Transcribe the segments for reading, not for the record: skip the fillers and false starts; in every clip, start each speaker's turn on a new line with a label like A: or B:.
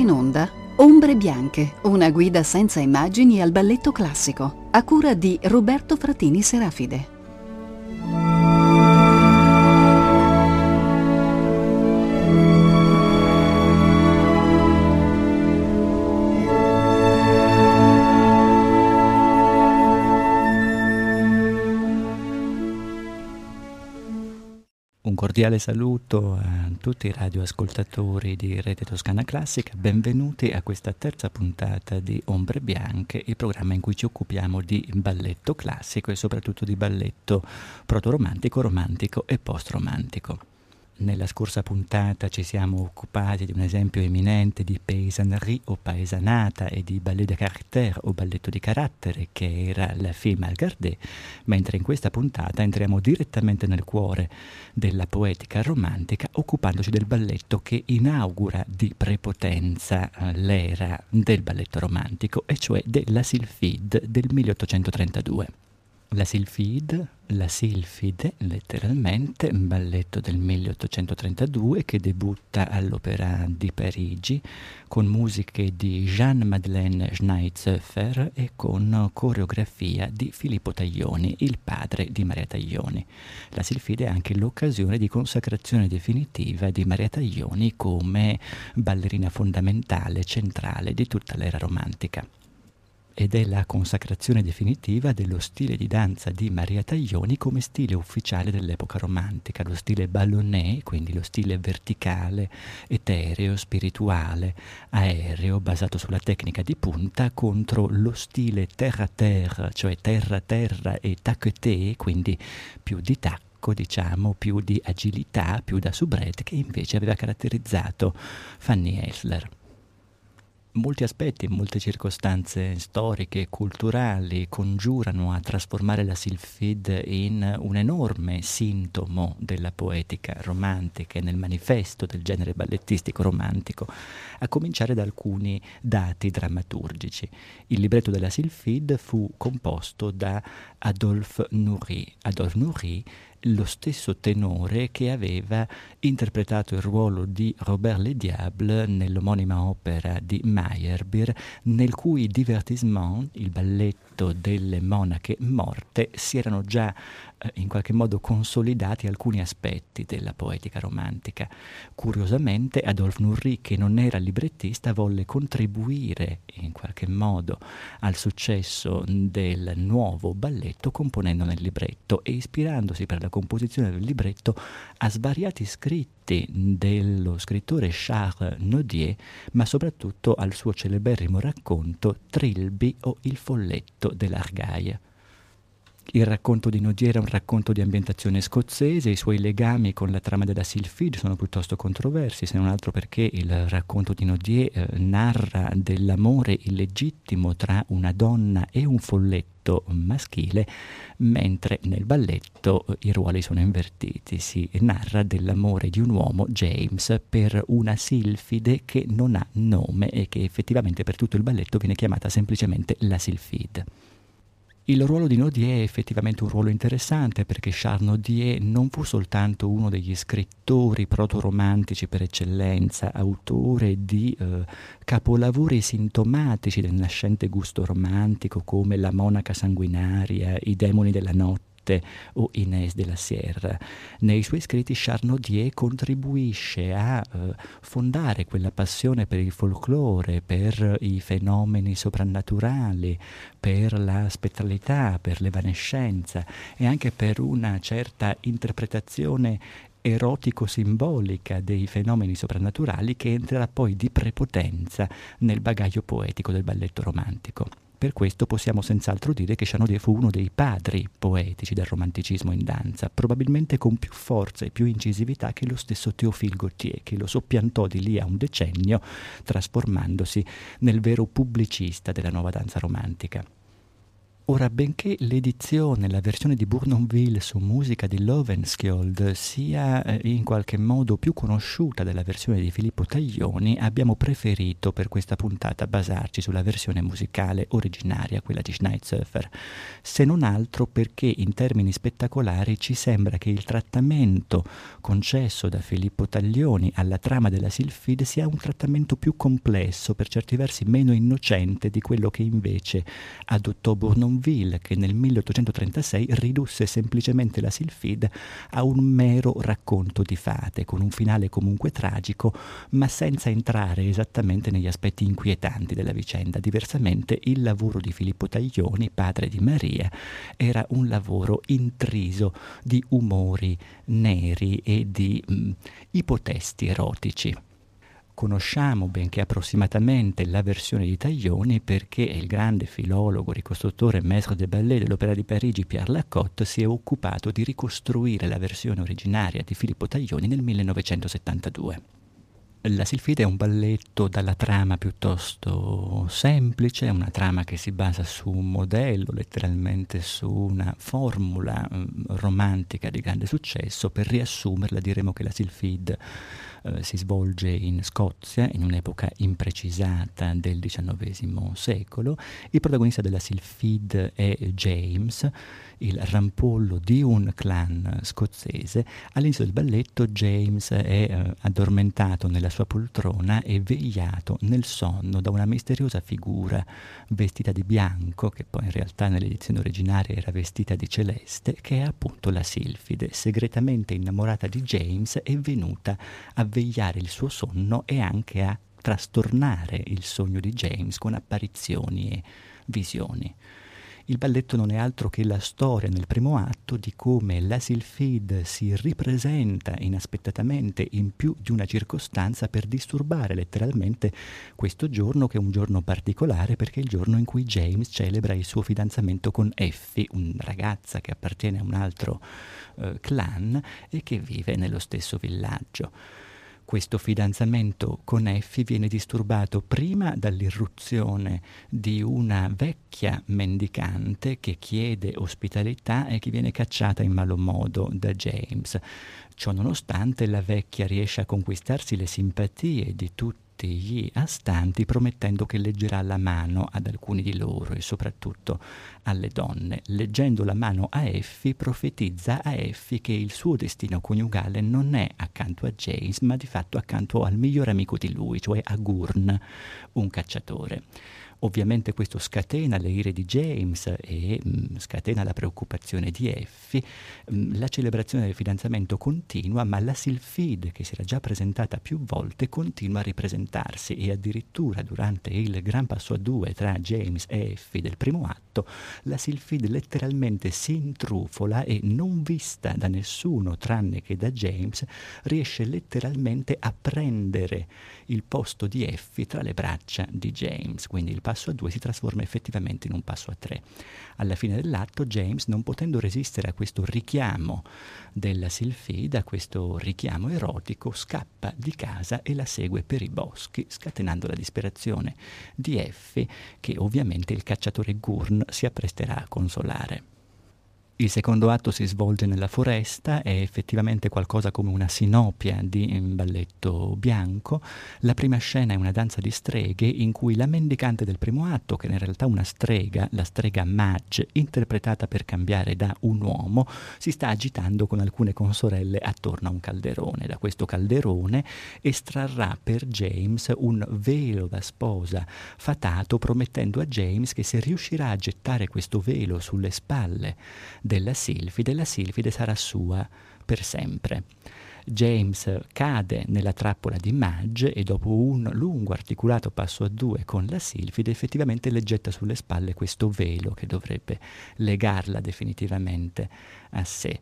A: in onda Ombre Bianche, una guida senza immagini al balletto classico, a cura di Roberto Frattini Serafide.
B: Un cordiale saluto a tutti i radioascoltatori di Rete Toscana Classica, benvenuti a questa terza puntata di Ombre Bianche, il programma in cui ci occupiamo di balletto classico e soprattutto di balletto protoromantico, romantico e post-romantico. Nella scorsa puntata ci siamo occupati di un esempio eminente di paysannerie o paesanata e di ballet de caractère o balletto di carattere che era la Fille Malgardée, mentre in questa puntata entriamo direttamente nel cuore della poetica romantica occupandoci del balletto che inaugura di prepotenza l'era del balletto romantico, e cioè della Sylphide del 1832. La Sylphide, letteralmente, un balletto del 1832 che debutta all'Opéra di Parigi con musiche di Jean-Madeleine Schneitzoeffer e con coreografia di Filippo Taglioni, il padre di Maria Taglioni. La Sylphide è anche l'occasione di consacrazione definitiva di Maria Taglioni come ballerina fondamentale, centrale di tutta l'era romantica. Ed è la consacrazione definitiva dello stile di danza di Maria Taglioni come stile ufficiale dell'epoca romantica, lo stile ballonné, quindi lo stile verticale, etereo, spirituale, aereo, basato sulla tecnica di punta, contro lo stile terre-terre, cioè terra-terra e taqueté, quindi più di tacco, diciamo, più di agilità, più da soubrette, che invece aveva caratterizzato Fanny Elssler. Molti aspetti, molte circostanze storiche e culturali congiurano a trasformare la Sylphide in un enorme sintomo della poetica romantica e nel manifesto del genere ballettistico romantico, a cominciare da alcuni dati drammaturgici. Il libretto della Sylphide fu composto da Adolphe Nourrit. Adolphe Nourrit, lo stesso tenore che aveva interpretato il ruolo di Robert Le Diable nell'omonima opera di Meyerbeer, nel cui divertissement, il balletto delle monache morte, si erano già in qualche modo consolidati alcuni aspetti della poetica romantica. Curiosamente Adolphe Nourrit, che non era librettista, volle contribuire in qualche modo al successo del nuovo balletto componendo nel libretto e ispirandosi per la composizione del libretto a svariati scritti dello scrittore Charles Nodier, ma soprattutto al suo celeberrimo racconto Trilby o il folletto dell'Argaille. Il racconto di Nodier è un racconto di ambientazione scozzese, i suoi legami con la trama della Sylphide sono piuttosto controversi, se non altro perché il racconto di Nodier narra dell'amore illegittimo tra una donna e un folletto maschile, mentre nel balletto i ruoli sono invertiti, si narra dell'amore di un uomo, James, per una Sylphide che non ha nome e che effettivamente per tutto il balletto viene chiamata semplicemente la Sylphide. Il ruolo di Nodier è effettivamente un ruolo interessante perché Charles Nodier non fu soltanto uno degli scrittori protoromantici per eccellenza, autore di capolavori sintomatici del nascente gusto romantico come La monaca sanguinaria, I demoni della notte o Inés de la Sierra. Nei suoi scritti Charles Nodier contribuisce a fondare quella passione per il folklore, per i fenomeni soprannaturali, per la spettralità, per l'evanescenza e anche per una certa interpretazione erotico-simbolica dei fenomeni soprannaturali che entrerà poi di prepotenza nel bagaglio poetico del balletto romantico. Per questo possiamo senz'altro dire che Charles Nodier fu uno dei padri poetici del romanticismo in danza, probabilmente con più forza e più incisività che lo stesso Théophile Gautier, che lo soppiantò di lì a un decennio, trasformandosi nel vero pubblicista della nuova danza romantica. Ora, benché l'edizione, la versione di Bournonville su musica di Lovenskiold sia in qualche modo più conosciuta della versione di Filippo Taglioni, abbiamo preferito per questa puntata basarci sulla versione musicale originaria, quella di Schneizhofer, se non altro perché in termini spettacolari ci sembra che il trattamento concesso da Filippo Taglioni alla trama della Sylphide sia un trattamento più complesso, per certi versi meno innocente di quello che invece adottò Bournonville, che nel 1836 ridusse semplicemente la Sylphide a un mero racconto di fate, con un finale comunque tragico, ma senza entrare esattamente negli aspetti inquietanti della vicenda. Diversamente il lavoro di Filippo Taglioni, padre di Maria, era un lavoro intriso di umori neri e di ipotesti erotici. Conosciamo, benché approssimatamente, la versione di Taglioni perché il grande filologo, ricostruttore, maître de ballet dell'Opera di Parigi, Pierre Lacotte, si è occupato di ricostruire la versione originaria di Filippo Taglioni nel 1972. La Sylphide è un balletto dalla trama piuttosto semplice, una trama che si basa su un modello, letteralmente su una formula romantica di grande successo. Per riassumerla diremo che la Sylphide si svolge in Scozia, in un'epoca imprecisata del XIX secolo. Il protagonista della Sylphide è James, il rampollo di un clan scozzese. All'inizio del balletto James è addormentato nella sua poltrona e vegliato nel sonno da una misteriosa figura vestita di bianco, che poi in realtà nell'edizione originaria era vestita di celeste, che è appunto la Sylphide, segretamente innamorata di James, è venuta a vegliare il suo sonno e anche a trastornare il sogno di James con apparizioni e visioni. Il balletto non è altro che la storia nel primo atto di come la Sylphide si ripresenta inaspettatamente in più di una circostanza per disturbare letteralmente questo giorno, che è un giorno particolare perché è il giorno in cui James celebra il suo fidanzamento con Effie, una ragazza che appartiene a un altro clan e che vive nello stesso villaggio. Questo fidanzamento con Effie viene disturbato prima dall'irruzione di una vecchia mendicante che chiede ospitalità e che viene cacciata in malo modo da James. Ciò nonostante, la vecchia riesce a conquistarsi le simpatie di tutti gli astanti, promettendo che leggerà la mano ad alcuni di loro e soprattutto alle donne. Leggendo la mano a Effie, profetizza a Effie che il suo destino coniugale non è accanto a James, ma di fatto accanto al miglior amico di lui, cioè a Gurn, un cacciatore. Ovviamente questo scatena le ire di James e scatena la preoccupazione di Effie. La celebrazione del fidanzamento continua, ma la Sylphide, che si era già presentata più volte, continua a ripresentarsi e addirittura durante il gran passo a due tra James e Effie del primo atto, la Sylphide letteralmente si intrufola e, non vista da nessuno tranne che da James, riesce letteralmente a prendere il posto di Effie tra le braccia di James. Quindi il passo a due si trasforma effettivamente in un passo a tre. Alla fine dell'atto James, non potendo resistere a questo richiamo della Sylphide, a questo richiamo erotico, scappa di casa e la segue per i boschi, scatenando la disperazione di Effie, che ovviamente il cacciatore Gurn si appresterà a consolare. Il secondo atto si svolge nella foresta, è effettivamente qualcosa come una sinopia di balletto bianco. La prima scena è una danza di streghe in cui la mendicante del primo atto, che in realtà è una strega, la strega Madge, interpretata per cambiare da un uomo, si sta agitando con alcune consorelle attorno a un calderone. Da questo calderone estrarrà per James un velo da sposa fatato, promettendo a James che se riuscirà a gettare questo velo sulle spalle della Sylphide, la Sylphide sarà sua per sempre. James cade nella trappola di Madge e dopo un lungo articolato passo a due con la Sylphide effettivamente le getta sulle spalle questo velo che dovrebbe legarla definitivamente a sé.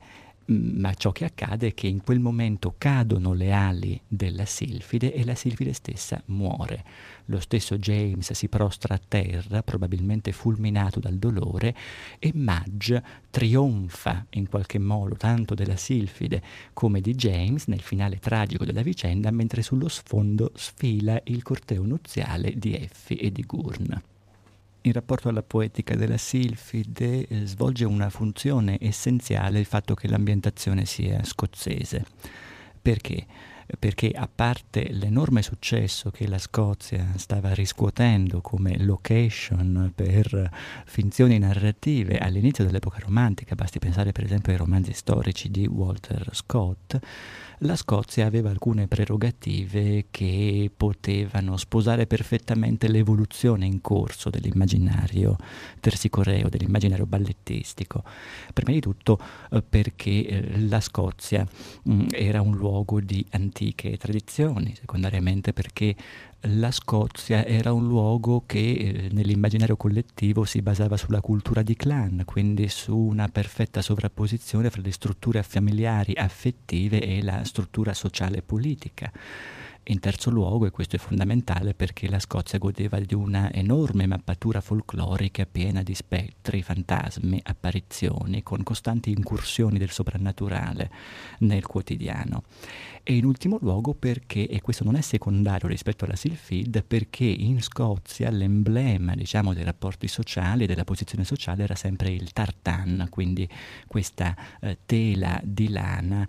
B: Ma ciò che accade è che in quel momento cadono le ali della Sylphide e la Sylphide stessa muore. Lo stesso James si prostra a terra, probabilmente fulminato dal dolore, e Madge trionfa in qualche modo tanto della Sylphide come di James nel finale tragico della vicenda, mentre sullo sfondo sfila il corteo nuziale di Effie e di Gurn. In rapporto alla poetica della Silfide svolge una funzione essenziale il fatto che l'ambientazione sia scozzese. Perché? Perché a parte l'enorme successo che la Scozia stava riscuotendo come location per finzioni narrative all'inizio dell'epoca romantica, basti pensare per esempio ai romanzi storici di Walter Scott, la Scozia aveva alcune prerogative che potevano sposare perfettamente l'evoluzione in corso dell'immaginario tersicoreo, dell'immaginario ballettistico. Prima di tutto perché la Scozia era un luogo di antiche tradizioni, secondariamente perché la Scozia era un luogo che nell'immaginario collettivo si basava sulla cultura di clan, quindi su una perfetta sovrapposizione fra le strutture familiari, affettive e la struttura sociale e politica. In terzo luogo, e questo è fondamentale, perché la Scozia godeva di una enorme mappatura folclorica piena di spettri, fantasmi, apparizioni, con costanti incursioni del soprannaturale nel quotidiano. E in ultimo luogo perché, e questo non è secondario rispetto alla Silfide, perché in Scozia l'emblema, diciamo, dei rapporti sociali e della posizione sociale era sempre il tartan, quindi questa tela di lana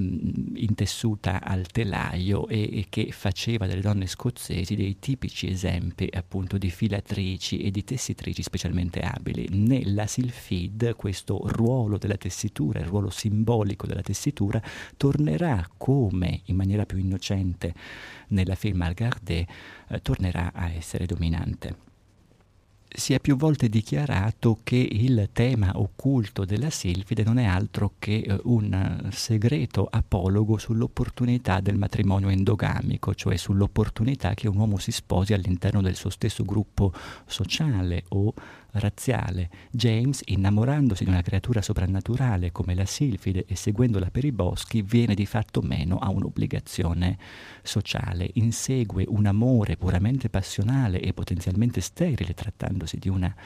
B: intessuta al telaio e che faceva delle donne scozzesi dei tipici esempi appunto di filatrici e di tessitrici specialmente abili. Nella Silfide questo ruolo della tessitura, il ruolo simbolico della tessitura, tornerà come in maniera più innocente nella film Algardet, tornerà a essere dominante. Si è più volte dichiarato che il tema occulto della Silfide non è altro che un segreto apologo sull'opportunità del matrimonio endogamico, cioè sull'opportunità che un uomo si sposi all'interno del suo stesso gruppo sociale o razziale. James, innamorandosi di una creatura soprannaturale come la Silfide e seguendola per i boschi, viene di fatto meno a un'obbligazione sociale, insegue un amore puramente passionale e potenzialmente sterile, trattandosi di una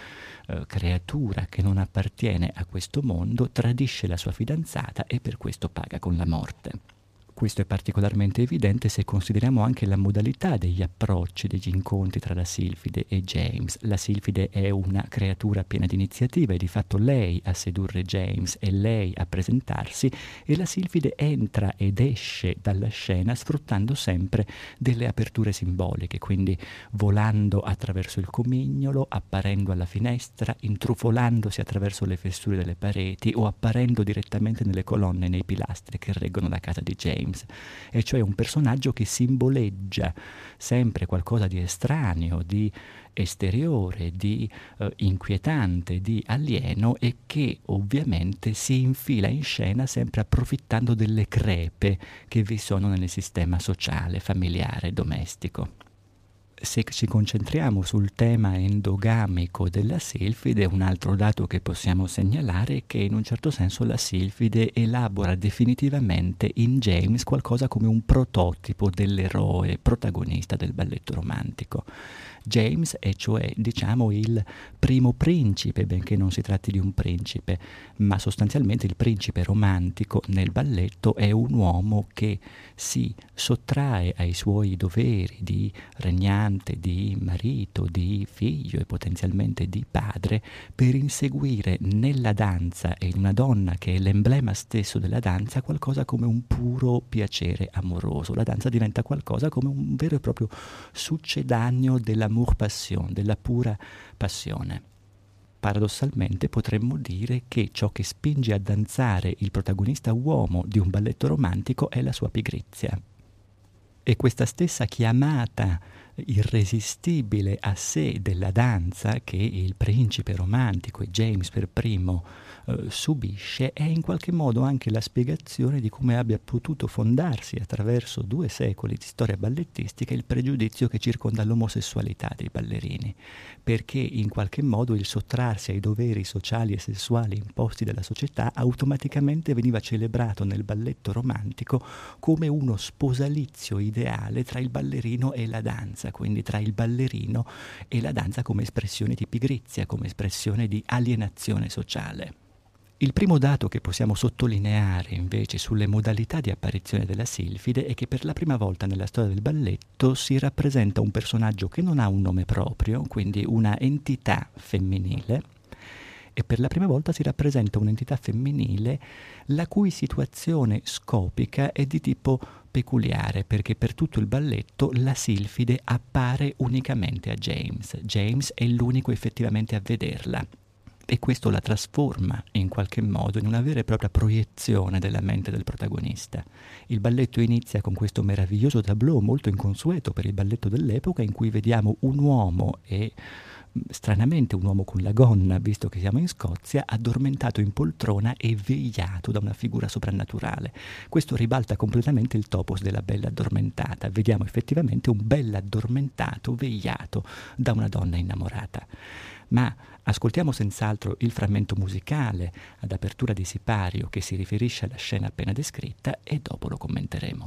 B: creatura che non appartiene a questo mondo, tradisce la sua fidanzata e per questo paga con la morte. Questo è particolarmente evidente se consideriamo anche la modalità degli approcci, degli incontri tra la Silfide e James. La Silfide è una creatura piena di iniziativa, è di fatto lei a sedurre James e lei a presentarsi, e la Silfide entra ed esce dalla scena sfruttando sempre delle aperture simboliche, quindi volando attraverso il comignolo, apparendo alla finestra, intrufolandosi attraverso le fessure delle pareti o apparendo direttamente nelle colonne e nei pilastri che reggono la casa di James. E cioè un personaggio che simboleggia sempre qualcosa di estraneo, di esteriore, di inquietante, di alieno, e che ovviamente si infila in scena sempre approfittando delle crepe che vi sono nel sistema sociale, familiare, domestico. Se ci concentriamo sul tema endogamico della Silfide, un altro dato che possiamo segnalare è che in un certo senso la Silfide elabora definitivamente in James qualcosa come un prototipo dell'eroe protagonista del balletto romantico. James è cioè, diciamo, il primo principe, benché non si tratti di un principe, ma sostanzialmente il principe romantico nel balletto è un uomo che si sottrae ai suoi doveri di regnante, di marito, di figlio e potenzialmente di padre per inseguire nella danza e in una donna che è l'emblema stesso della danza qualcosa come un puro piacere amoroso. La danza diventa qualcosa come un vero e proprio succedaneo dell'amour passion, della pura passione. Paradossalmente potremmo dire che ciò che spinge a danzare il protagonista uomo di un balletto romantico è la sua pigrizia. E questa stessa chiamata irresistibile a sé della danza che il principe romantico e James per primo subisce è in qualche modo anche la spiegazione di come abbia potuto fondarsi attraverso 2 secoli di storia ballettistica il pregiudizio che circonda l'omosessualità dei ballerini, perché in qualche modo il sottrarsi ai doveri sociali e sessuali imposti dalla società automaticamente veniva celebrato nel balletto romantico come uno sposalizio ideale tra il ballerino e la danza, quindi tra il ballerino e la danza come espressione di pigrizia, come espressione di alienazione sociale. Il primo dato che possiamo sottolineare invece sulle modalità di apparizione della Silfide è che per la prima volta nella storia del balletto si rappresenta un personaggio che non ha un nome proprio, quindi una entità femminile, e per la prima volta si rappresenta un'entità femminile la cui situazione scopica è di tipo peculiare, perché per tutto il balletto la Silfide appare unicamente a James. James è l'unico effettivamente a vederla. E questo la trasforma in qualche modo in una vera e propria proiezione della mente del protagonista. Il balletto inizia con questo meraviglioso tableau molto inconsueto per il balletto dell'epoca, in cui vediamo un uomo e stranamente un uomo con la gonna, visto che siamo in Scozia, addormentato in poltrona e vegliato da una figura soprannaturale. Questo ribalta completamente il topos della bella addormentata. Vediamo effettivamente un bell'addormentato vegliato da una donna innamorata. Ma ascoltiamo senz'altro il frammento musicale ad apertura di sipario che si riferisce alla scena appena descritta e dopo lo commenteremo.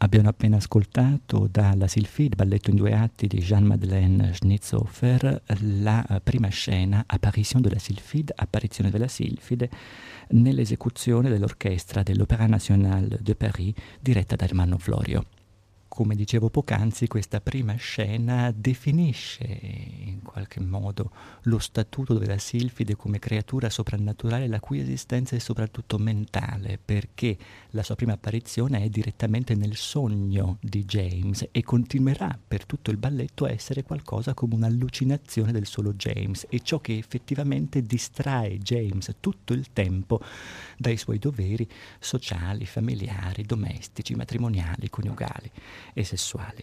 B: Abbiamo appena ascoltato dalla Sylphide, balletto in 2 atti di Jean-Madeleine Schnitzhofer, la prima scena, Apparition de la Sylphide, apparizione della Silfide, nell'esecuzione dell'orchestra dell'Opéra National de Paris, diretta da Ermanno Florio. Come dicevo poc'anzi, questa prima scena definisce in qualche modo lo statuto della Silfide come creatura soprannaturale la cui esistenza è soprattutto mentale, perché la sua prima apparizione è direttamente nel sogno di James e continuerà per tutto il balletto a essere qualcosa come un'allucinazione del solo James, e ciò che effettivamente distrae James tutto il tempo dai suoi doveri sociali, familiari, domestici, matrimoniali, coniugali e sessuali.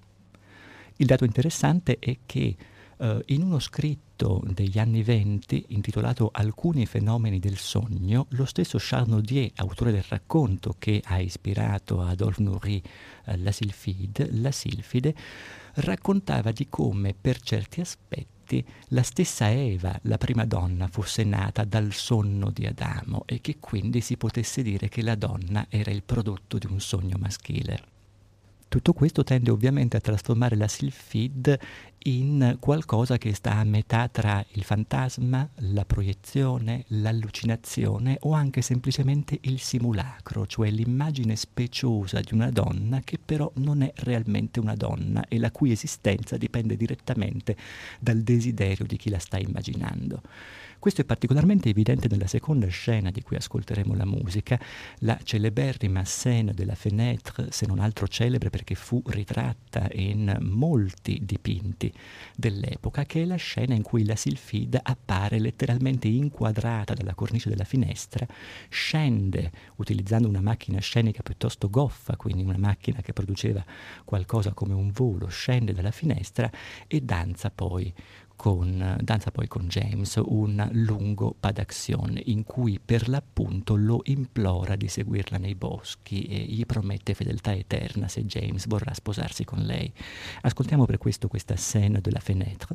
B: Il dato interessante è che in uno scritto degli anni *20 intitolato Alcuni fenomeni del sogno, lo stesso Charles Nodier, autore del racconto che ha ispirato a Adolphe Nourry la Silfide, raccontava di come per certi aspetti la stessa Eva, la prima donna, fosse nata dal sonno di Adamo e che quindi si potesse dire che la donna era il prodotto di un sogno maschile. Tutto questo tende ovviamente a trasformare la Silphide in qualcosa che sta a metà tra il fantasma, la proiezione, l'allucinazione o anche semplicemente il simulacro, cioè l'immagine speciosa di una donna che però non è realmente una donna e la cui esistenza dipende direttamente dal desiderio di chi la sta immaginando. Questo è particolarmente evidente nella seconda scena di cui ascolteremo la musica, la celeberrima scène de la fenêtre, se non altro celebre perché fu ritratta in molti dipinti dell'epoca, che è la scena in cui la Silphide appare letteralmente inquadrata dalla cornice della finestra, scende utilizzando una macchina scenica piuttosto goffa, quindi una macchina che produceva qualcosa come un volo, scende dalla finestra e danza poi con James un lungo pas d'action in cui per l'appunto lo implora di seguirla nei boschi e gli promette fedeltà eterna se James vorrà sposarsi con lei. Ascoltiamo per questo questa scène de la fenêtre.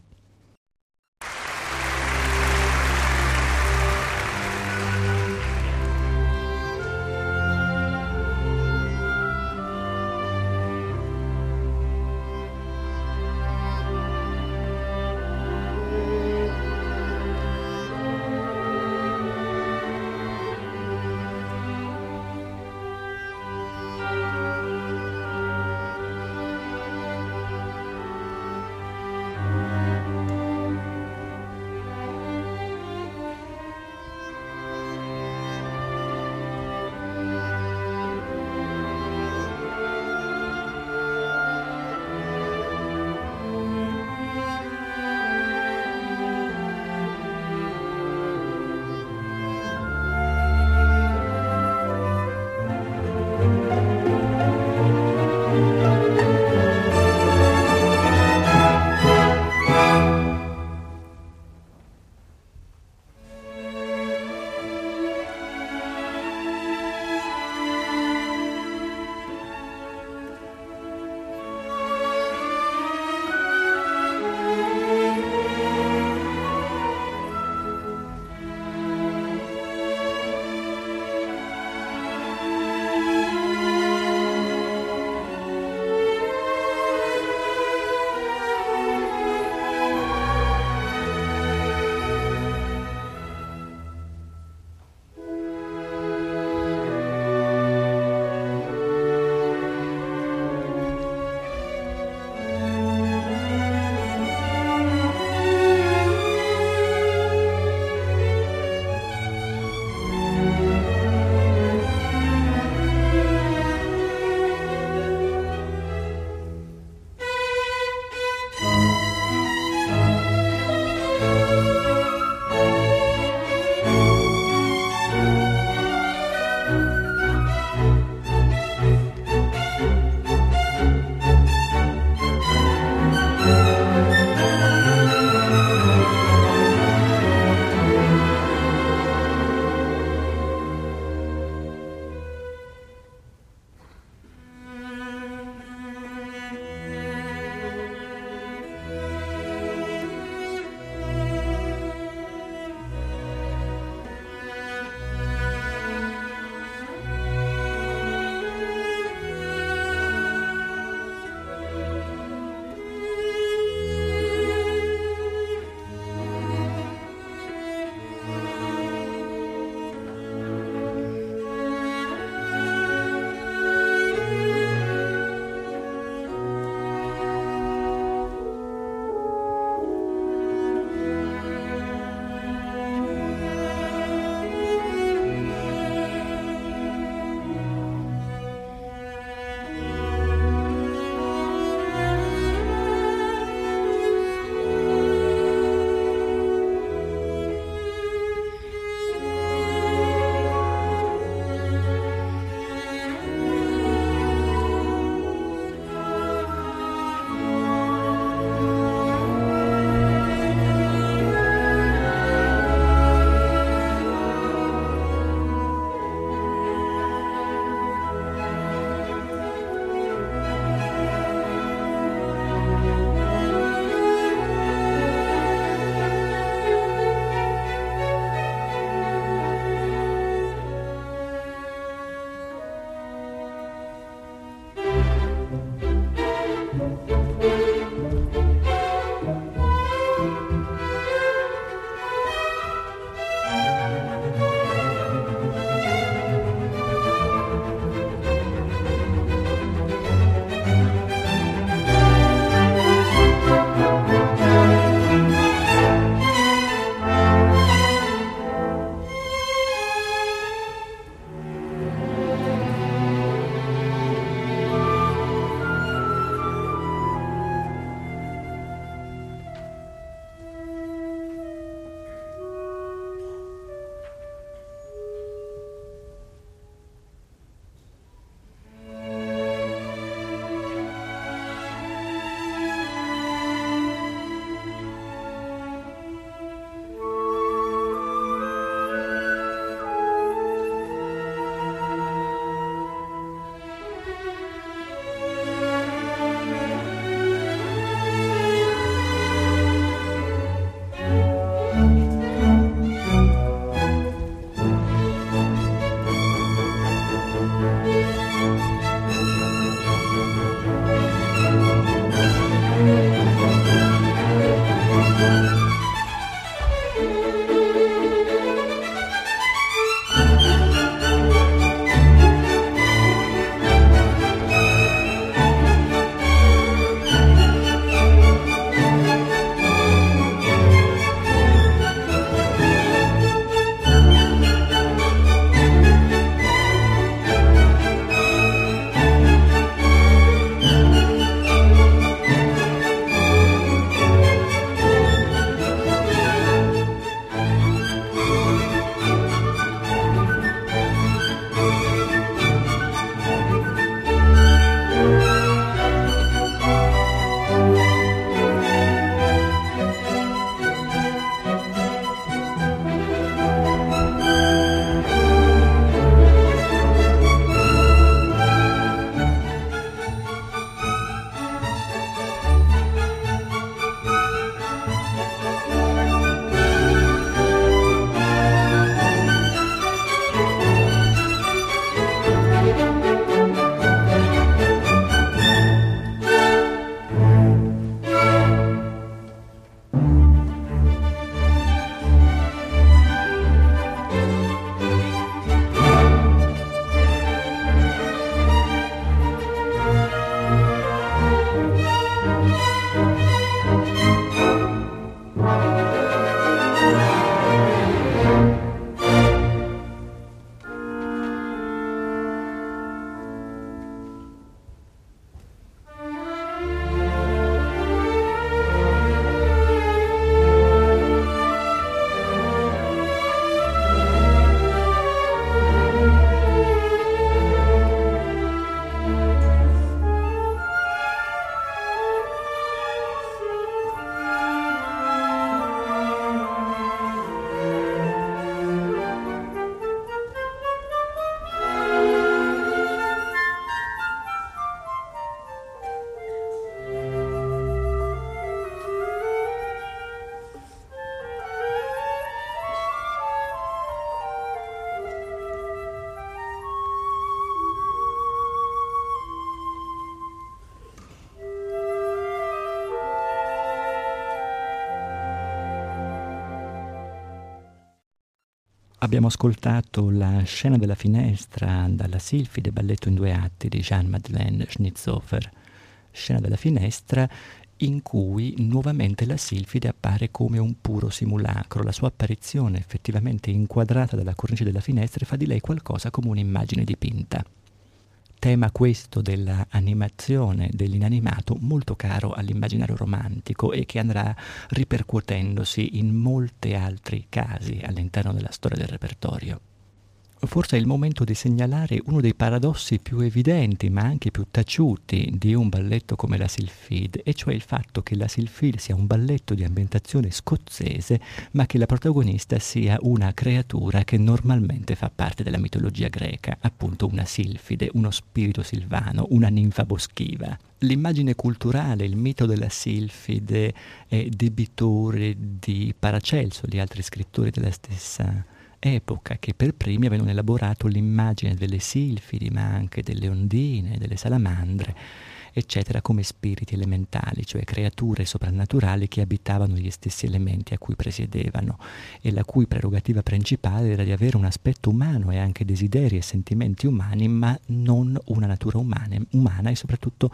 B: Abbiamo ascoltato la scena della finestra dalla Silfide, balletto in 2 atti di Jeanne-Madeleine Schnitzhofer. Scena della finestra in cui nuovamente la Silfide appare come un puro simulacro. La sua apparizione effettivamente inquadrata dalla cornice della finestra fa di lei qualcosa come un'immagine dipinta. Tema questo della animazione, dell'inanimato, molto caro all'immaginario romantico e che andrà ripercuotendosi in molti altri casi all'interno della storia del repertorio. Forse è il momento di segnalare uno dei paradossi più evidenti, ma anche più taciuti, di un balletto come la Sylphide, e cioè il fatto che la Sylphide sia un balletto di ambientazione scozzese, ma che la protagonista sia una creatura che normalmente fa parte della mitologia greca, appunto una Silfide, uno spirito silvano, una ninfa boschiva. L'immagine culturale, il mito della Silfide è debitore di Paracelso, di altri scrittori della stessa epoca, che per primi avevano elaborato l'immagine delle silfidi, ma anche delle ondine, delle salamandre, eccetera, come spiriti elementali, cioè creature soprannaturali che abitavano gli stessi elementi a cui presiedevano e la cui prerogativa principale era di avere un aspetto umano e anche desideri e sentimenti umani, ma non una natura umana e soprattutto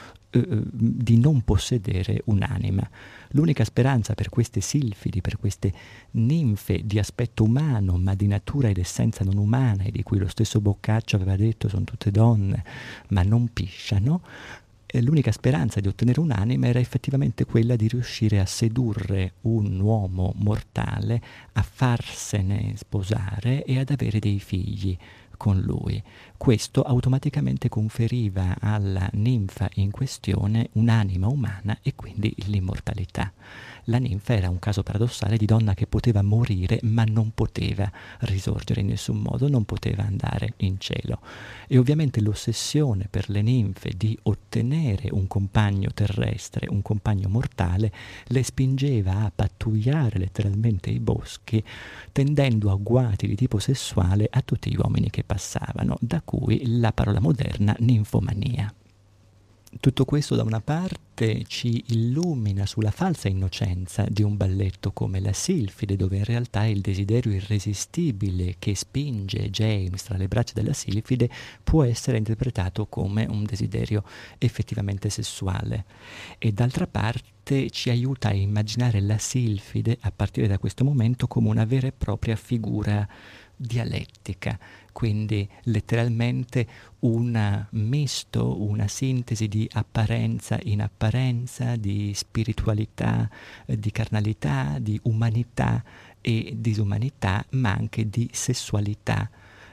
B: di non possedere un'anima. L'unica speranza per queste silfidi, per queste ninfe di aspetto umano, ma di natura ed essenza non umana, e di cui lo stesso Boccaccio aveva detto sono tutte donne, ma non pisciano, l'unica speranza di ottenere un'anima era effettivamente quella di riuscire a sedurre un uomo mortale, a farsene sposare e ad avere dei figli con lui. Questo automaticamente conferiva alla ninfa in questione un'anima umana e quindi l'immortalità. La ninfa era un caso paradossale di donna che poteva morire ma non poteva risorgere in nessun modo, non poteva andare in cielo. E ovviamente l'ossessione per le ninfe di ottenere un compagno terrestre, un compagno mortale, le spingeva a pattugliare letteralmente i boschi, tendendo agguati di tipo sessuale a tutti gli uomini che passavano, da cui la parola moderna ninfomania. Tutto questo da una parte ci illumina sulla falsa innocenza di un balletto come la Silfide, dove in realtà il desiderio irresistibile che spinge James tra le braccia della Silfide può essere interpretato come un desiderio effettivamente sessuale, e d'altra parte ci aiuta a immaginare la Silfide a partire da questo momento come una vera e propria figura dialettica, quindi letteralmente un misto, una sintesi di apparenza in apparenza, di spiritualità, di carnalità, di umanità e disumanità, ma anche di sessualità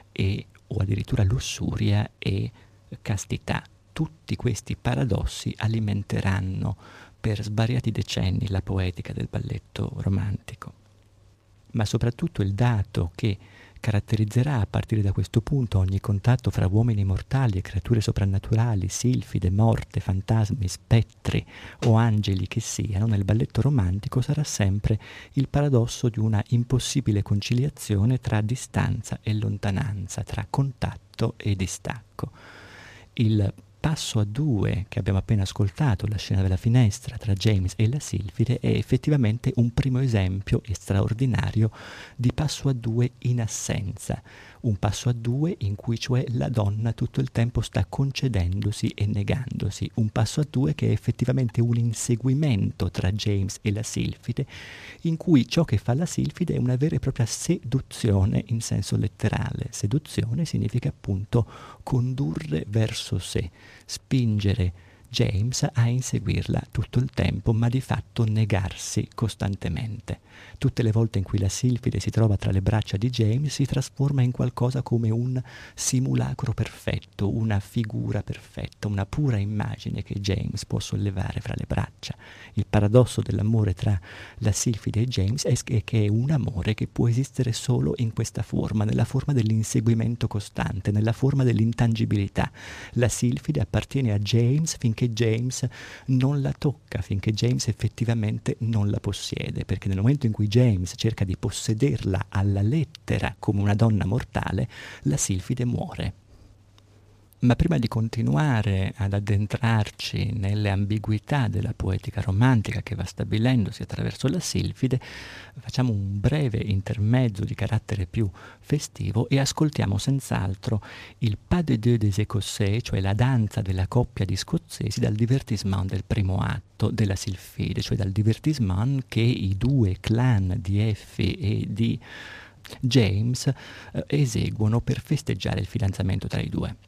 B: o addirittura lussuria e castità. Tutti questi paradossi alimenteranno per svariati decenni la poetica del balletto romantico. Ma soprattutto il dato che caratterizzerà a partire da questo punto ogni contatto fra uomini mortali e creature soprannaturali, silfide, morte, fantasmi, spettri o angeli che siano, nel balletto romantico sarà sempre il paradosso di una impossibile conciliazione tra distanza e lontananza, tra contatto e distacco. Il passo a due che abbiamo appena ascoltato, la scena della finestra tra James e la Silfide, è effettivamente un primo esempio straordinario di passo a due in assenza, un passo a due in cui cioè la donna tutto il tempo sta concedendosi e negandosi, un passo a due che è effettivamente un inseguimento tra James e la Silfide, in cui ciò che fa la Silfide è una vera e propria seduzione in senso letterale. Seduzione significa appunto condurre verso sé, spingere James a inseguirla tutto il tempo, ma di fatto negarsi costantemente. Tutte le volte in cui la Silfide si trova tra le braccia di James si trasforma in qualcosa come un simulacro perfetto, una figura perfetta, una pura immagine che James può sollevare fra le braccia. Il paradosso dell'amore tra la Silfide e James è che è un amore che può esistere solo in questa forma, nella forma dell'inseguimento costante, nella forma dell'intangibilità. La Silfide appartiene a James finché James non la tocca, finché James effettivamente non la possiede, perché nel momento in cui James cerca di possederla alla lettera come una donna mortale, la Silfide muore. Ma prima di continuare ad addentrarci nelle ambiguità della poetica romantica che va stabilendosi attraverso la Silfide, facciamo un breve intermezzo di carattere più festivo e ascoltiamo senz'altro il Pas de deux des Écossais, cioè la danza della coppia di scozzesi, dal divertissement del primo atto della Silfide, cioè dal divertissement che i due clan di Effie e di James eseguono per festeggiare il fidanzamento tra i due.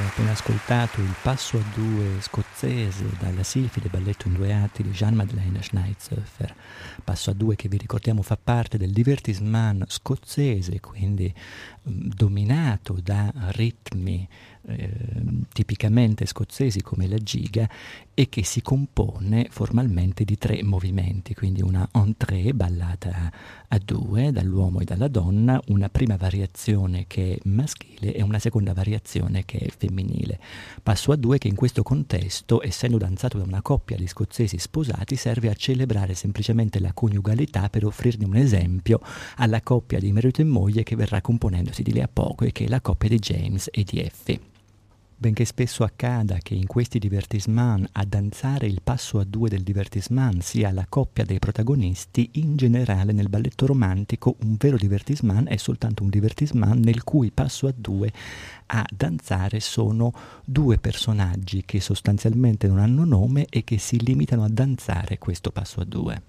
B: appena ascoltato il passo a due scozzese dalla Silfide, balletto in due atti di Jeanne-Madeleine Schneitzoeffer. Passo a due che vi ricordiamo fa parte del divertissement scozzese, quindi dominato da ritmi tipicamente scozzesi come la giga, e che si compone formalmente di 3 movimenti, quindi una entrée ballata a due dall'uomo e dalla donna, una prima variazione che è maschile e una seconda variazione che è femminile. Passo a due che in questo contesto, essendo danzato da una coppia di scozzesi sposati, serve a celebrare semplicemente la coniugalità per offrirne un esempio alla coppia di marito e moglie che verrà componendosi di lì a poco e che è la coppia di James e di Effie. Benché spesso accada che in questi divertissement a danzare il passo a due del divertissement sia la coppia dei protagonisti, in generale nel balletto romantico un vero divertissement è soltanto un divertissement nel cui passo a due a danzare sono 2 personaggi che sostanzialmente non hanno nome e che si limitano a danzare questo passo a due.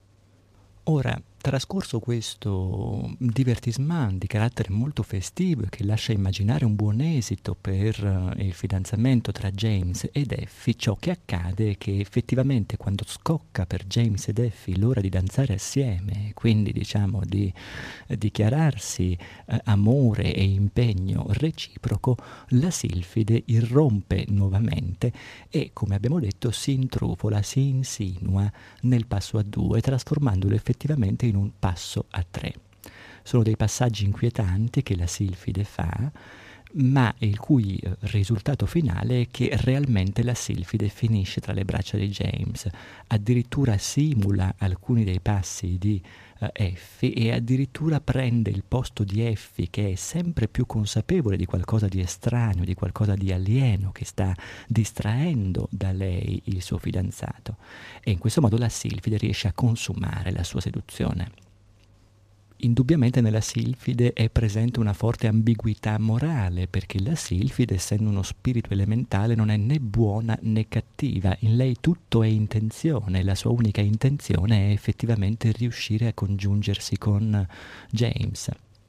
B: Ora, trascorso questo divertissement di carattere molto festivo e che lascia immaginare un buon esito per il fidanzamento tra James ed Effie, ciò che accade è che effettivamente quando scocca per James ed Effie l'ora di danzare assieme, quindi diciamo di dichiararsi amore e impegno reciproco, la Silfide irrompe nuovamente e, come abbiamo detto, si intrufola, si insinua nel passo a due, trasformandolo effettivamente in un passo a 3. Sono dei passaggi inquietanti che la Silfide fa, ma il cui risultato finale è che realmente la Silfide finisce tra le braccia di James, addirittura simula alcuni dei passi di Effie e addirittura prende il posto di Effie, che è sempre più consapevole di qualcosa di estraneo, di qualcosa di alieno che sta distraendo da lei il suo fidanzato, e in questo modo la Silfide riesce a consumare la sua seduzione. Indubbiamente nella Silfide è presente una forte ambiguità morale, perché la Silfide, essendo uno spirito elementale, non è né buona né cattiva. In lei tutto è intenzione, la sua unica intenzione è effettivamente riuscire a congiungersi con James.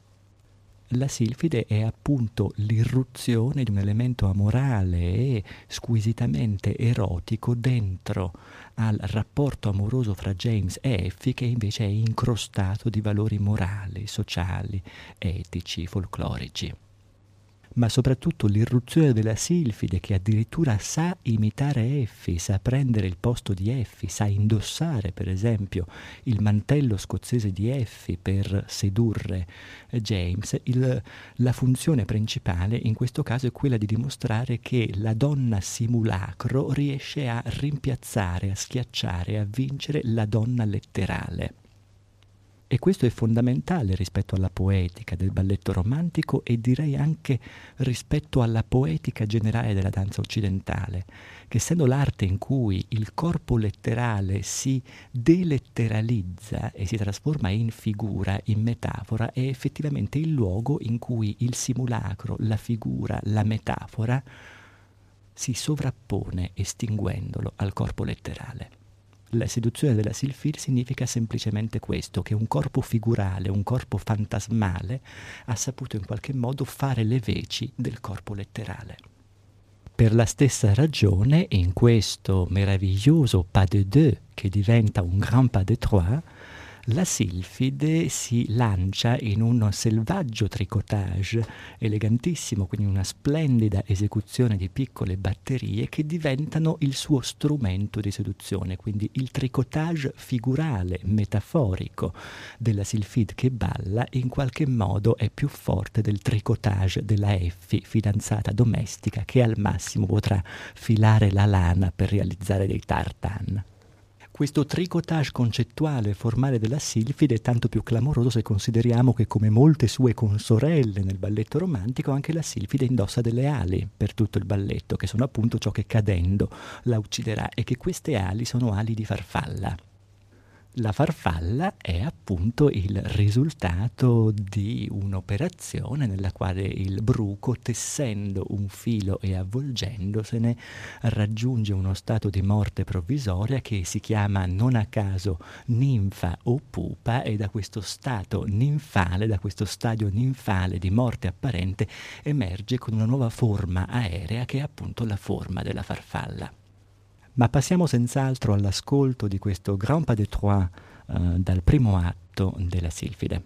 B: La Silfide è appunto l'irruzione di un elemento amorale e squisitamente erotico dentro al rapporto amoroso fra James e Effie, che invece è incrostato di valori morali, sociali, etici, folclorici. Ma soprattutto l'irruzione della Silfide, che addirittura sa imitare Effie, sa prendere il posto di Effie, sa indossare per esempio il mantello scozzese di Effie per sedurre James. La funzione principale in questo caso è quella di dimostrare che la donna simulacro riesce a rimpiazzare, a schiacciare, a vincere la donna letterale. E questo è fondamentale rispetto alla poetica del balletto romantico e direi anche rispetto alla poetica generale della danza occidentale, che essendo l'arte in cui il corpo letterale si deletteralizza e si trasforma in figura, in metafora, è effettivamente il luogo in cui il simulacro, la figura, la metafora si sovrappone estinguendolo al corpo letterale. La seduzione della Silfide significa semplicemente questo, che un corpo figurale, un corpo fantasmale, ha saputo in qualche modo fare le veci del corpo letterale. Per la stessa ragione, in questo meraviglioso pas de deux, che diventa un grand pas de trois, la Silfide si lancia in un selvaggio tricotage elegantissimo, quindi una splendida esecuzione di piccole batterie che diventano il suo strumento di seduzione, quindi il tricotage figurale, metaforico della Silfide che balla in qualche modo è più forte del tricotage della Effie, fidanzata domestica, che al massimo potrà filare la lana per realizzare dei tartan. Questo tricotage concettuale e formale della Silfide è tanto più clamoroso se consideriamo che, come molte sue consorelle nel balletto romantico, anche la Silfide indossa delle ali per tutto il balletto, che sono appunto ciò che cadendo la ucciderà, e che queste ali sono ali di farfalla. La farfalla è appunto il risultato di un'operazione nella quale il bruco, tessendo un filo e avvolgendosene, raggiunge uno stato di morte provvisoria che si chiama non a caso ninfa o pupa, e da questo stato ninfale, da questo stadio ninfale di morte apparente, emerge con una nuova forma aerea che è appunto la forma della farfalla. Ma passiamo senz'altro all'ascolto di questo Grand Pas de Trois dal primo atto della Silfide.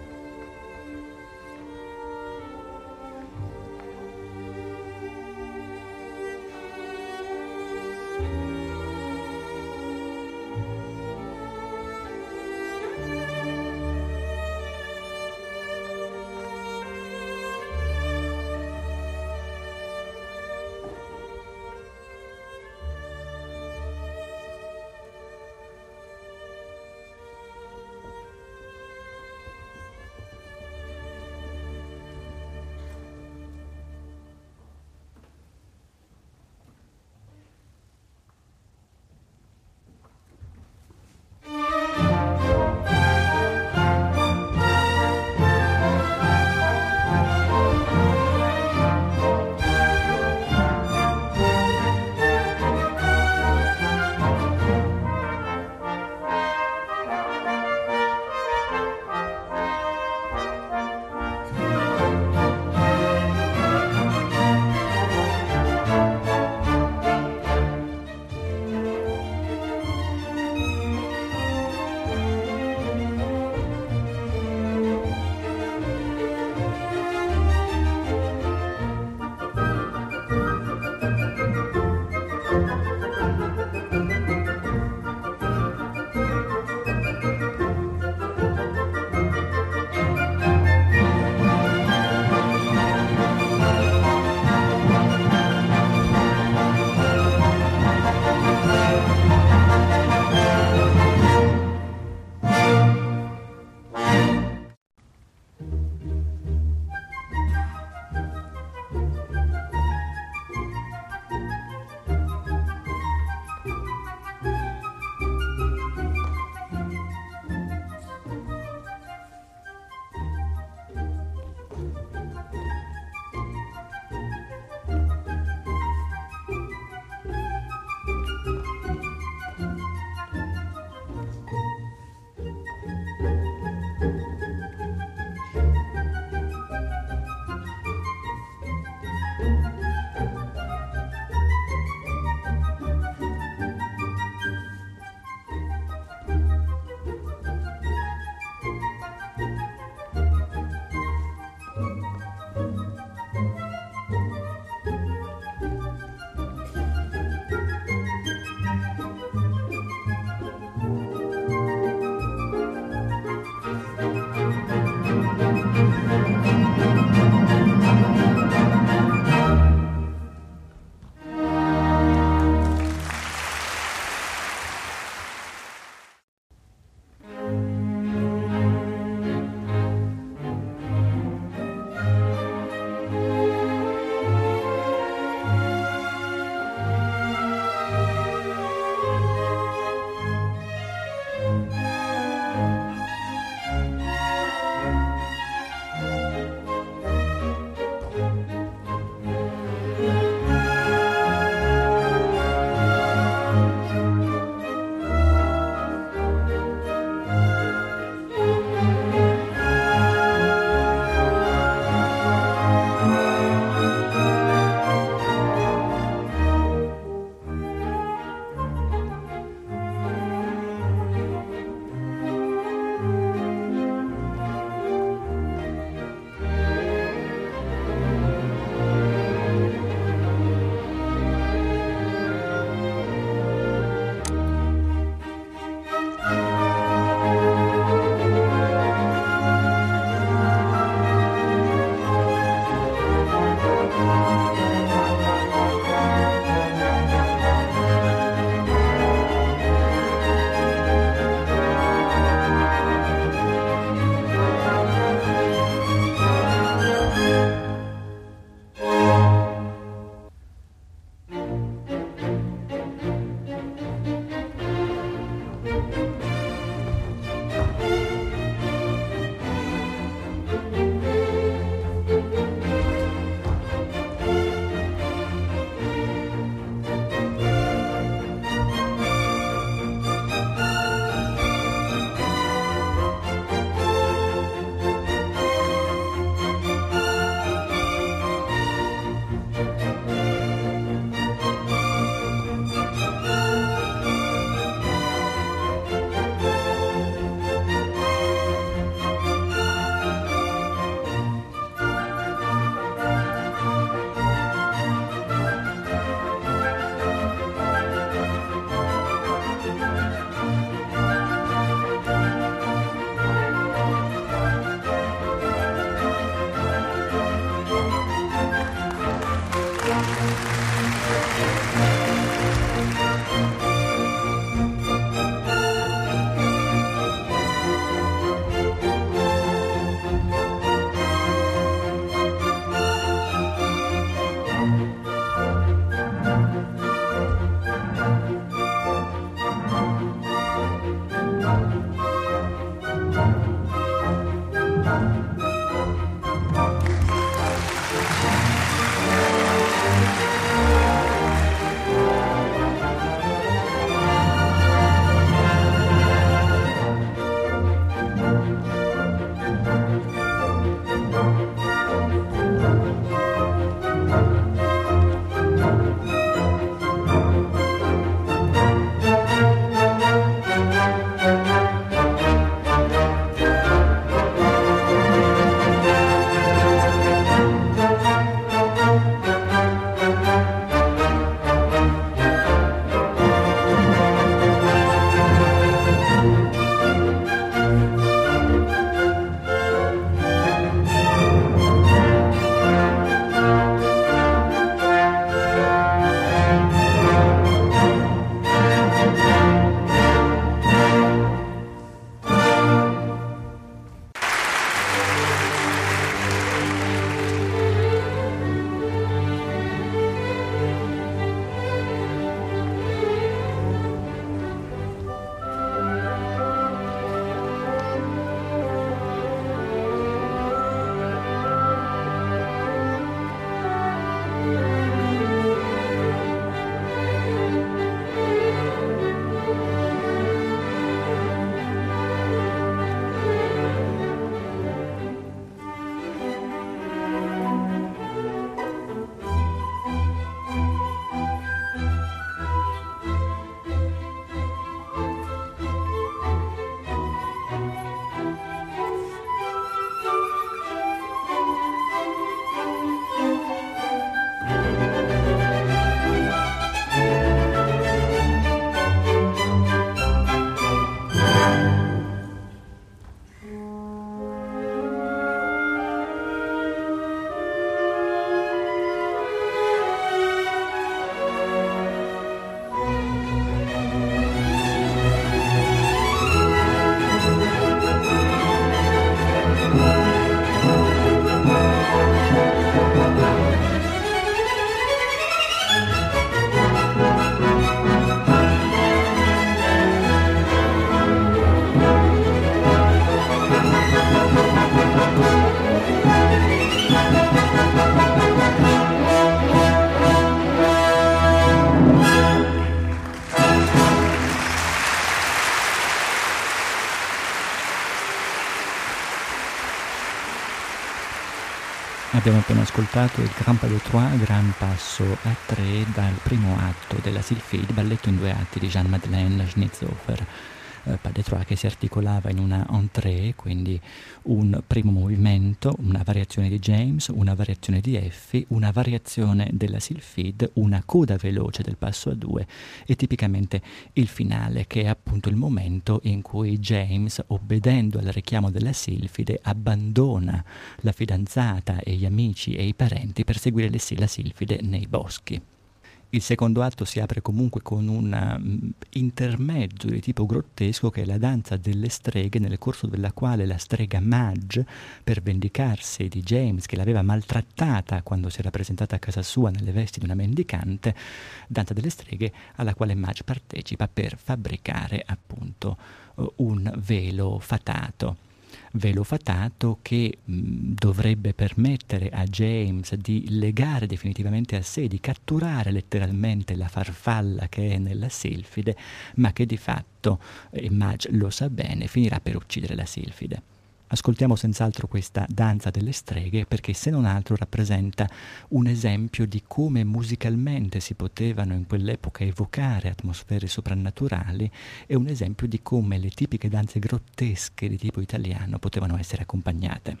B: Abbiamo appena ascoltato il Grand Pas de Trois, Gran Passo a tre, dal primo atto della Sylphide, balletto in 2 atti di Jean-Madeleine Schnitzhofer. Pas de Trois che si articolava in una entrée, quindi un primo movimento, una variazione di James, una variazione di Effie, una variazione della Sylphide, una coda veloce del passo a 2 e tipicamente il finale, che è appunto il momento in cui James, obbedendo al richiamo della Sylphide, abbandona la fidanzata e gli amici e i parenti per seguire la Sylphide nei boschi. Il secondo atto si apre comunque con un intermezzo di tipo grottesco, che è la danza delle streghe, nel corso della quale la strega Madge, per vendicarsi di James che l'aveva maltrattata quando si era presentata a casa sua nelle vesti di una mendicante, danza delle streghe alla quale Madge partecipa per fabbricare appunto un velo fatato. Velo fatato che dovrebbe permettere a James di legare definitivamente a sé, di catturare letteralmente la farfalla che è nella Sylphide, ma che di fatto, e Madge lo sa bene, finirà per uccidere la Sylphide. Ascoltiamo senz'altro questa danza delle streghe perché se non altro rappresenta un esempio di come musicalmente si potevano in quell'epoca evocare atmosfere soprannaturali e un esempio di come le tipiche danze grottesche di tipo italiano potevano essere accompagnate.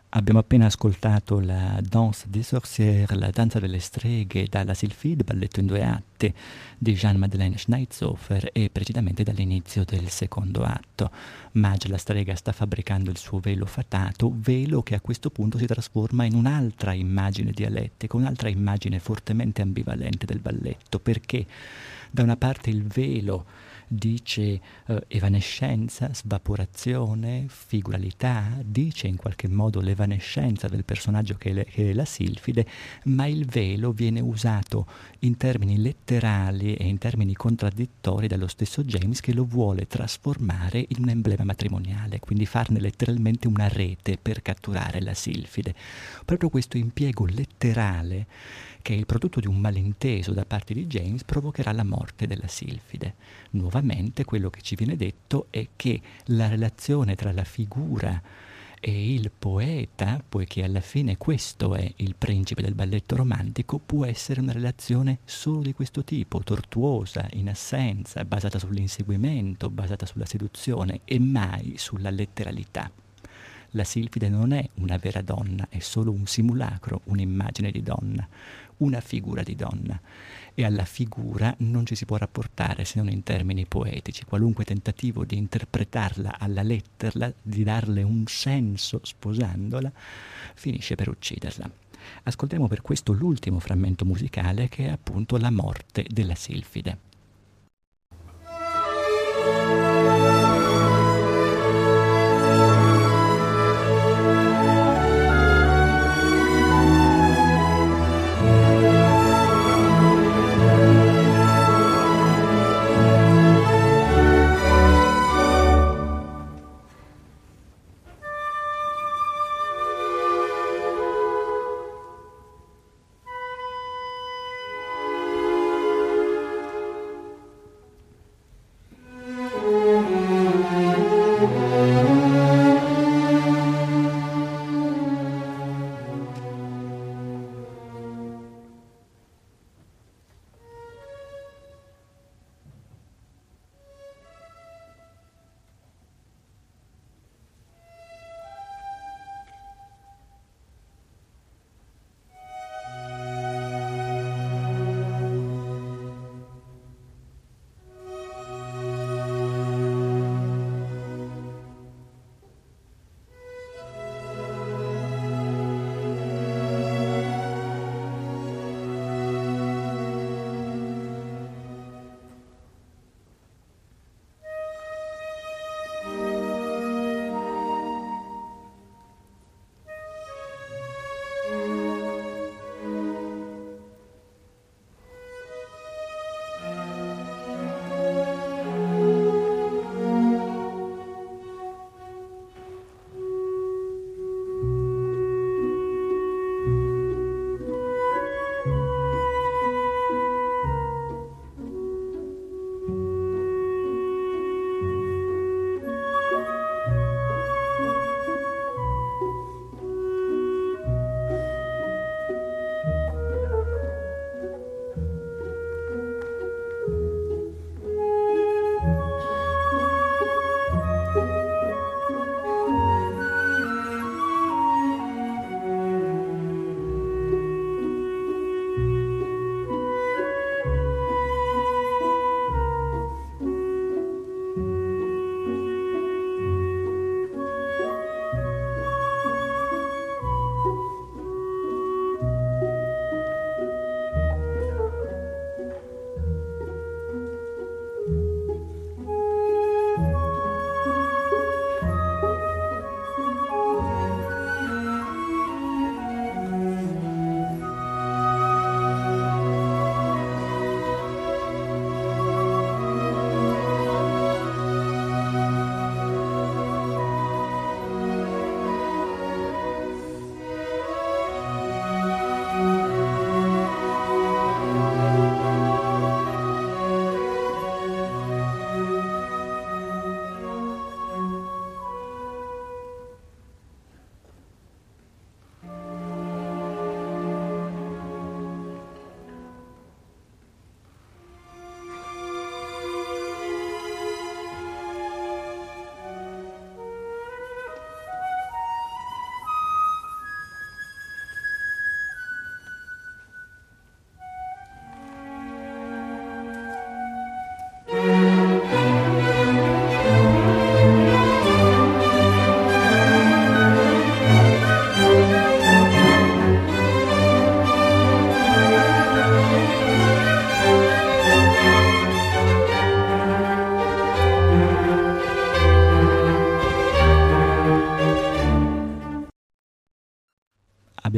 B: Abbiamo appena ascoltato la Danse des Sorcières, la danza delle streghe, dalla Sylphide, balletto in 2 atti di Jean-Madeleine Schneitzofer, e precisamente dall'inizio del secondo atto. Madge, la strega, sta fabbricando il suo velo fatato, velo che a questo punto si trasforma in un'altra immagine dialettica, un'altra immagine fortemente ambivalente del balletto, perché da una parte il velo dice evanescenza, svaporazione, figuralità, dice in qualche modo l'evanescenza del personaggio che è la Silfide, ma il velo viene usato in termini letterali e in termini contraddittori dallo stesso James, che lo vuole trasformare in un emblema matrimoniale, quindi farne letteralmente una rete per catturare la Silfide. Proprio questo impiego letterale, che è il prodotto di un malinteso da parte di James, provocherà la morte della Silfide. Nuovamente quello che ci viene detto è che la relazione tra la figura e il poeta, poiché alla fine questo è il principe del balletto romantico, può essere una relazione solo di questo tipo, tortuosa, in assenza, basata sull'inseguimento, basata sulla seduzione e mai sulla letteralità. La Silfide non è una vera donna, è solo un simulacro, un'immagine di donna, una figura di donna. E alla figura non ci si può rapportare se non in termini poetici. Qualunque tentativo di interpretarla alla lettera, di darle un senso sposandola, finisce per ucciderla. Ascoltiamo per questo l'ultimo frammento musicale, che è appunto la morte della Silfide.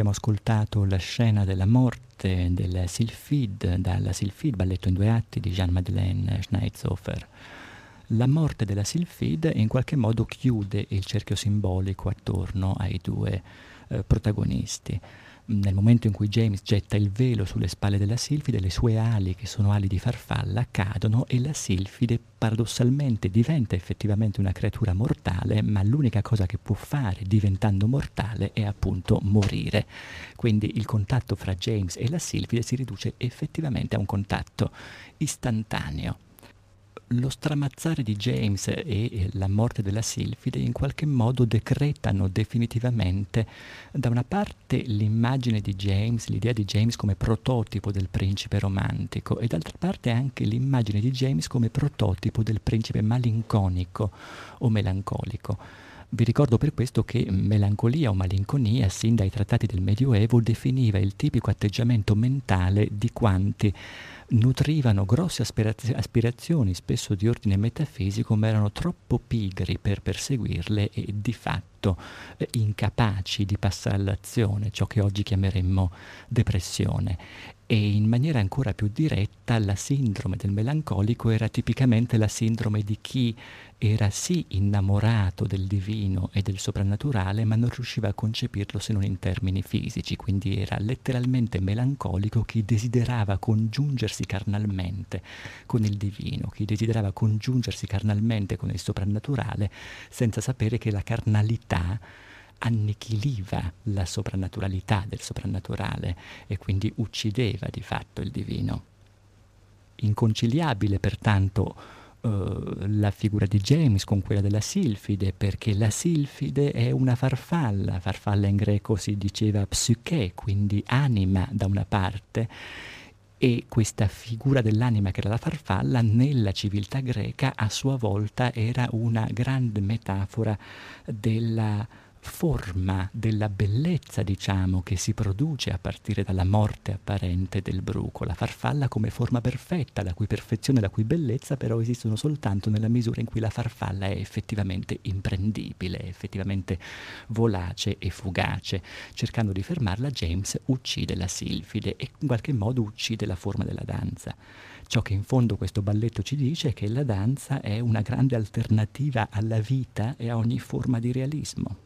B: abbiamo ascoltato la scena della morte della Sylphide, dalla Sylphide, balletto in 2 atti di Jeanne-Madeleine Schneitzofer. La morte della Sylphide in qualche modo chiude il cerchio simbolico attorno ai 2 protagonisti. Nel momento in cui James getta il velo sulle spalle della Silfide, le sue ali, che sono ali di farfalla, cadono e la Silfide paradossalmente diventa effettivamente una creatura mortale, ma l'unica cosa che può fare diventando mortale è appunto morire. Quindi il contatto fra James e la Silfide si riduce effettivamente a un contatto istantaneo. Lo stramazzare di James e la morte della Silfide in qualche modo decretano definitivamente da una parte l'immagine di James, l'idea di James come prototipo del principe romantico e d'altra parte anche l'immagine di James come prototipo del principe malinconico o melancolico. Vi ricordo per questo che melancolia o malinconia, sin dai trattati del Medioevo, definiva il tipico atteggiamento mentale di quanti nutrivano grosse aspirazioni, spesso di ordine metafisico, ma erano troppo pigri per perseguirle e di fatto incapaci di passare all'azione, ciò che oggi chiameremmo depressione. E in maniera ancora più diretta la sindrome del melancolico era tipicamente la sindrome di chi era sì innamorato del divino e del soprannaturale, ma non riusciva a concepirlo se non in termini fisici, quindi era letteralmente melancolico chi desiderava congiungersi carnalmente con il divino, chi desiderava congiungersi carnalmente con il soprannaturale senza sapere che la carnalità annichiliva la soprannaturalità del soprannaturale e quindi uccideva di fatto il divino. Inconciliabile pertanto la figura di James con quella della Silfide, perché la Silfide è una farfalla in greco si diceva psyche, quindi anima da una parte, e questa figura dell'anima che era la farfalla nella civiltà greca a sua volta era una grande metafora della forma, della bellezza, diciamo, che si produce a partire dalla morte apparente del bruco. La farfalla come forma perfetta, la cui perfezione e la cui bellezza però esistono soltanto nella misura in cui la farfalla è effettivamente imprendibile, è effettivamente volace e fugace. Cercando di fermarla, James uccide la Silfide e in qualche modo uccide la forma della danza. Ciò che in fondo questo balletto ci dice è che la danza è una grande alternativa alla vita e a ogni forma di realismo.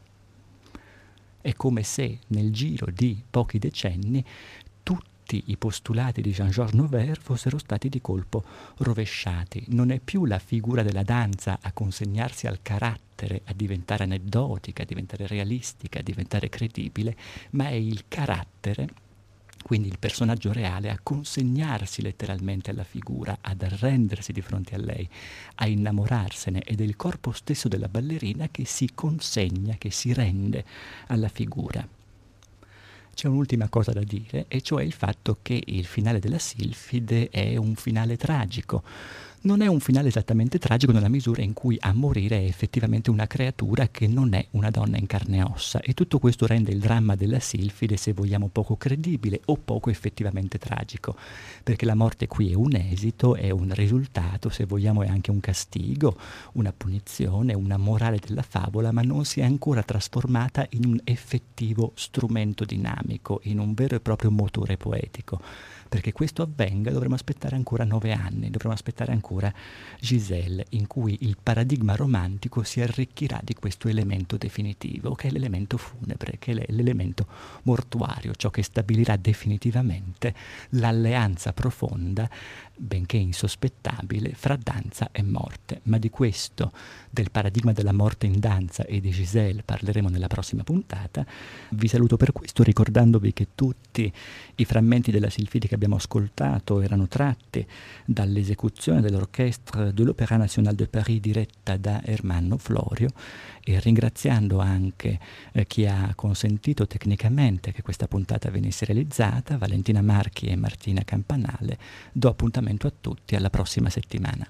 B: È come se nel giro di pochi decenni tutti i postulati di Jean-Georges Noverre fossero stati di colpo rovesciati. Non è più la figura della danza a consegnarsi al carattere, a diventare aneddotica, a diventare realistica, a diventare credibile, ma è il carattere, quindi il personaggio reale, a consegnarsi letteralmente alla figura, ad arrendersi di fronte a lei, a innamorarsene, ed è il corpo stesso della ballerina che si consegna, che si rende alla figura. C'è un'ultima cosa da dire, e cioè il fatto che il finale della Silfide è un finale tragico. Non è un finale esattamente tragico nella misura in cui a morire è effettivamente una creatura che non è una donna in carne e ossa, e tutto questo rende il dramma della Silfide, se vogliamo, poco credibile o poco effettivamente tragico, perché la morte qui è un esito, è un risultato, se vogliamo è anche un castigo, una punizione, una morale della favola, ma non si è ancora trasformata in un effettivo strumento dinamico, in un vero e proprio motore poetico. Perché questo avvenga dovremo aspettare ancora 9 anni, dovremo aspettare ancora Giselle, in cui il paradigma romantico si arricchirà di questo elemento definitivo, che è l'elemento funebre, che è l'elemento mortuario, ciò che stabilirà definitivamente l'alleanza profonda, benché insospettabile, fra danza e morte. Ma di questo, del paradigma della morte in danza e di Giselle, parleremo nella prossima puntata. Vi saluto per questo ricordandovi che tutti i frammenti della Silfide che abbiamo ascoltato erano tratti dall'esecuzione dell'Orchestre de l'Opéra National de Paris diretta da Ermanno Florio, e ringraziando anche chi ha consentito tecnicamente che questa puntata venisse realizzata, Valentina Marchi e Martina Campanale, do appuntamento a tutti alla prossima settimana.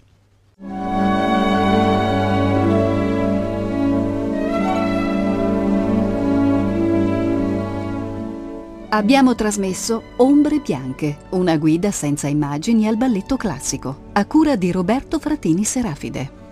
A: Abbiamo trasmesso Ombre Bianche, una guida senza immagini al balletto classico, a cura di Roberto Fratini Serafide.